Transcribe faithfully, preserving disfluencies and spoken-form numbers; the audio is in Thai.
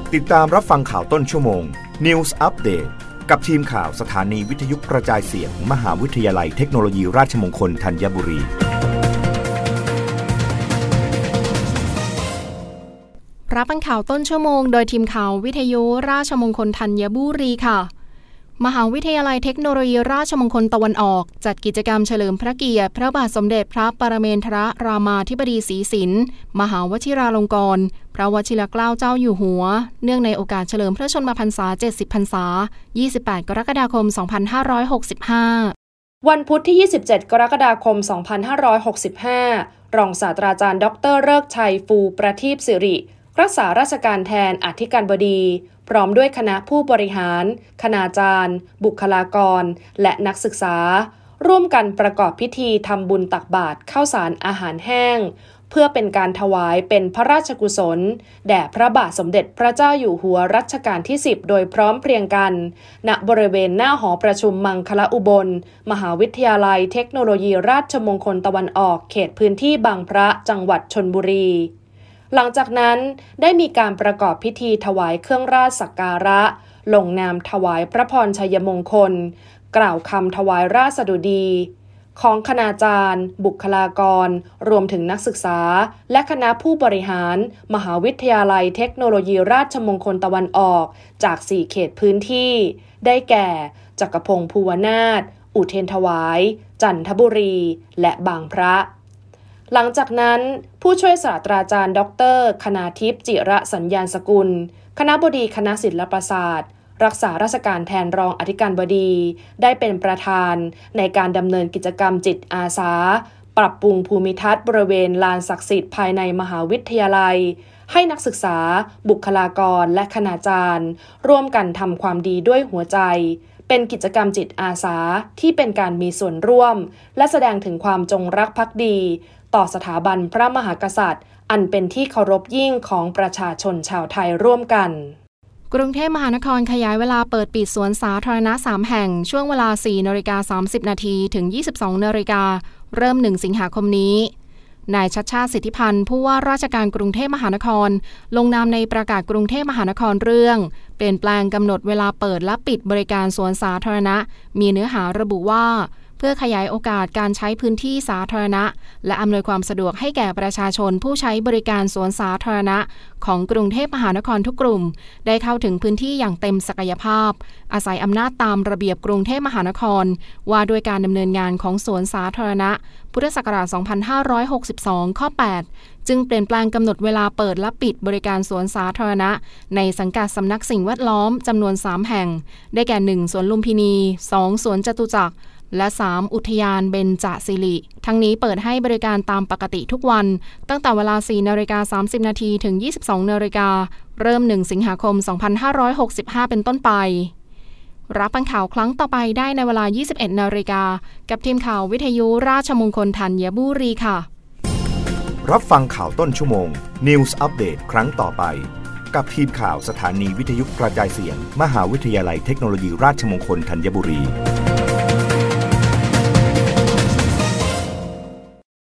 ติดตามรับฟังข่าวต้นชั่วโมง News Update กับทีมข่าวสถานีวิทยุกระจายเสียง มหาวิทยาลัยเทคโนโลยีราชมงคลธัญบุรีรับฟังข่าวต้นชั่วโมงโดยทีมข่าววิทยุราชมงคลธัญบุรีค่ะมหาวิทยาลัยเทคโนโลยีราชมงคลตะวันออกจัดกิจกรรมเฉลิมพระเกียรติพระบาทสมเด็จพระปรเมนทรรามาธิบดีศรีสินมหาวชิราลงกรณ์พระวชิรเกล้าเจ้าอยู่หัวเนื่องในโอกาสเฉลิมพระชนมพรรษาเจ็ดสิบพรรษายี่สิบแปดกรกฎาคมสองพันห้าร้อยหกสิบห้าวันพุธที่ยี่สิบเจ็ดกรกฎาคมสองพันห้าร้อยหกสิบห้ารองศาสตราจารย์ดรฤกษ์ชัยฟูประทีปสิริรักษาราชการแทนอธิการบดีพร้อมด้วยคณะผู้บริหารคณาจารย์บุคลากรและนักศึกษาร่วมกันประกอบพิธีทำบุญตักบาตรข้าวสารอาหารแห้งเพื่อเป็นการถวายเป็นพระราชกุศลแด่พระบาทสมเด็จพระเจ้าอยู่หัวรัชกาลที่สิบโดยพร้อมเพรียงกันณบริเวณหน้าหอประชุมมังคละอุบลมหาวิทยาลัยเทคโนโลยีราชมงคลตะวันออกเขตพื้นที่บางพระจังหวัดชลบุรีหลังจากนั้นได้มีการประกอบพิธีถวายเครื่องราชสักการะลงนามถวายพระพรชัยมงคลกล่าวคำถวายราชสดุดีของคณาจารย์บุคลากรรวมถึงนักศึกษาและคณะผู้บริหารมหาวิทยาลัยเทคโนโลยีราชมงคลตะวันออกจากสี่เขตพื้นที่ได้แก่จักรพงศ์ภูวนาถอุเทรนถวายจันทบุรีและบางพระหลังจากนั้นผู้ช่วยศาสตราจารย์ดร.คณาทิพย์จิระสัญญาณสกุลคณบดีคณะศิลปศาสตร์รักษาราชการแทนรองอธิการบดีได้เป็นประธานในการดำเนินกิจกรรมจิตอาสาปรับปรุงภูมิทัศน์บริเวณลานศักดิ์สิทธิ์ภายในมหาวิทยาลัยให้นักศึกษาบุคลากรและคณาจารย์ร่วมกันทำความดีด้วยหัวใจเป็นกิจกรรมจิตอาสาที่เป็นการมีส่วนร่วมและแสดงถึงความจงรักภักดีต่อสถาบันพระมหากษัตริย์อันเป็นที่เคารพยิ่งของประชาชนชาวไทยร่วมกันกรุงเทพมหานครขยายเวลาเปิดปิดสวนสาธารณะสามแห่งช่วงเวลา สี่นาฬิกาสามสิบนาทีถึง ยี่สิบสองนาฬิกาเริ่มหนึ่งสิงหาคมนี้นายชัชชาติสิทธิพันธ์ผู้ว่าราชการกรุงเทพมหานครลงนามในประกาศกรุงเทพมหานครเรื่องเปลี่ยนแปลงกำหนดเวลาเปิดและปิดบริการสวนสาธารณะมีเนื้อหาระบุว่าเพื่อขยายโอกาสการใช้พื้นที่สาธารณะและอำนวยความสะดวกให้แก่ประชาชนผู้ใช้บริการสวนสาธารณะของกรุงเทพมหานครทุกกลุ่มได้เข้าถึงพื้นที่อย่างเต็มศักยภาพอาศัยอำนาจตามระเบียบกรุงเทพมหานครว่าด้วยการดำเนินงานของสวนสาธารณะพุทธศักราช สองพันห้าร้อยหกสิบสอง ข้อ แปดจึงเปลี่ยนแปลงกำหนดเวลาเปิดและปิดบริการสวนสาธารณะในสังกัดสำนักสิ่งแวดล้อมจำนวนสามแห่งได้แก่หนึ่งสวนลุมพินี สองสวนจตุจักรและสามอุทยานเบญจศิริทั้งนี้เปิดให้บริการตามปกติทุกวันตั้งแต่เวลา สี่นาฬิกาสามสิบนาทีถึง ยี่สิบสองนาฬิกาเริ่มหนึ่งสิงหาคมสองพันห้าร้อยหกสิบห้าเป็นต้นไปรับฟังข่าวครั้งต่อไปได้ในเวลา ยี่สิบเอ็ดนาฬิกากับทีมข่าววิทยุราชมงคลธัญบุรีค่ะรับฟังข่าวต้นชั่วโมง News Update ครั้งต่อไปกับทีมข่าวสถานีวิทยุกระจายเสียงมหาวิทยาลัยเทคโนโลยีราชมงคลธัญบุรี